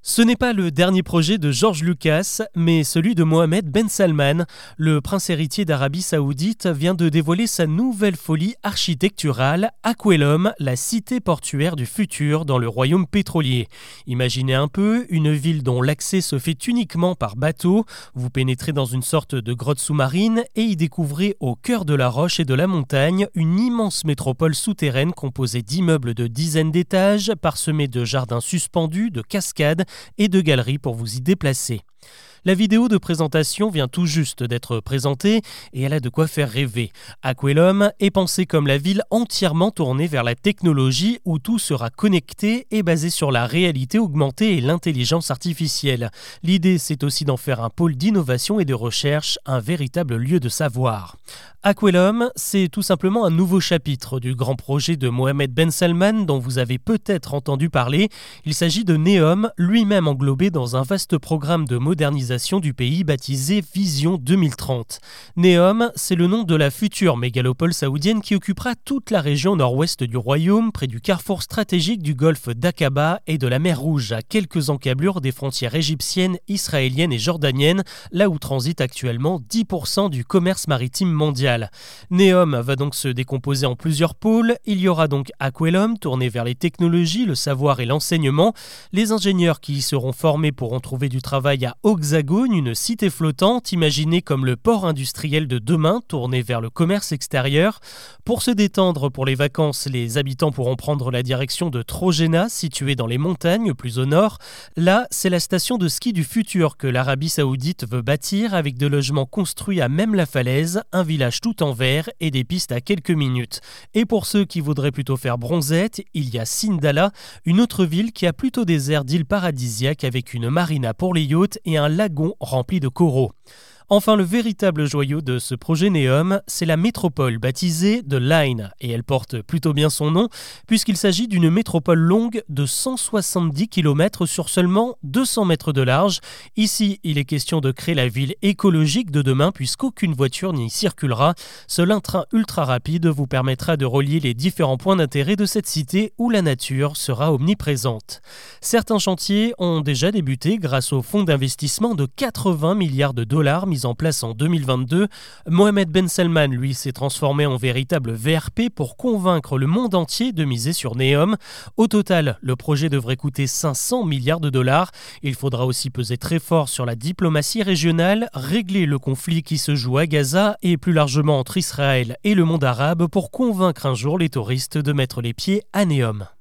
Ce n'est pas le dernier projet de George Lucas, mais celui de Mohammed Ben Salman. Le prince héritier d'Arabie Saoudite vient de dévoiler sa nouvelle folie architecturale, Aquellum, la cité portuaire du futur dans le royaume pétrolier. Imaginez un peu une ville dont l'accès se fait uniquement par bateau. Vous pénétrez dans une sorte de grotte sous-marine et y découvrez au cœur de la roche et de la montagne une immense métropole souterraine composée d'immeubles de dizaines d'étages, parsemés de jardins suspendus, de cascades et de galeries pour vous y déplacer. La vidéo de présentation vient tout juste d'être présentée et elle a de quoi faire rêver. Aquellum est pensé comme la ville entièrement tournée vers la technologie où tout sera connecté et basé sur la réalité augmentée et l'intelligence artificielle. L'idée, c'est aussi d'en faire un pôle d'innovation et de recherche, un véritable lieu de savoir. Aquellum, c'est tout simplement un nouveau chapitre du grand projet de Mohammed Ben Salman dont vous avez peut-être entendu parler. Il s'agit de Neom, lui-même englobé dans un vaste programme de modernisation du pays baptisé Vision 2030. Neom, c'est le nom de la future mégalopole saoudienne qui occupera toute la région nord-ouest du royaume, près du carrefour stratégique du golfe d'Aqaba et de la mer Rouge, à quelques encablures des frontières égyptiennes, israéliennes et jordaniennes, là où transite actuellement 10% du commerce maritime mondial. Neom va donc se décomposer en plusieurs pôles. Il y aura donc Aquellum, tourné vers les technologies, le savoir et l'enseignement. Les ingénieurs qui y seront formés pourront trouver du travail à Oxagon, une cité flottante imaginée comme le port industriel de demain, tourné vers le commerce extérieur. Pour se détendre pour les vacances, les habitants pourront prendre la direction de Trojena, située dans les montagnes plus au nord. Là, c'est la station de ski du futur que l'Arabie Saoudite veut bâtir avec des logements construits à même la falaise, un village tout en verre et des pistes à quelques minutes. Et pour ceux qui voudraient plutôt faire bronzette, il y a Sindala, une autre ville qui a plutôt des airs d'île paradisiaque avec une marina pour les yachts et un lagon rempli de coraux. Enfin, le véritable joyau de ce projet Neom, c'est la métropole baptisée The Line, et elle porte plutôt bien son nom, puisqu'il s'agit d'une métropole longue de 170 km sur seulement 200 mètres de large. Ici, il est question de créer la ville écologique de demain, puisqu'aucune voiture n'y circulera. Seul un train ultra rapide vous permettra de relier les différents points d'intérêt de cette cité où la nature sera omniprésente. Certains chantiers ont déjà débuté grâce au fonds d'investissement de 80 milliards de dollars mis en place en 2022, Mohammed Ben Salman, lui, s'est transformé en véritable VRP pour convaincre le monde entier de miser sur Neom. Au total, le projet devrait coûter 500 milliards de dollars. Il faudra aussi peser très fort sur la diplomatie régionale, régler le conflit qui se joue à Gaza et plus largement entre Israël et le monde arabe pour convaincre un jour les touristes de mettre les pieds à Neom.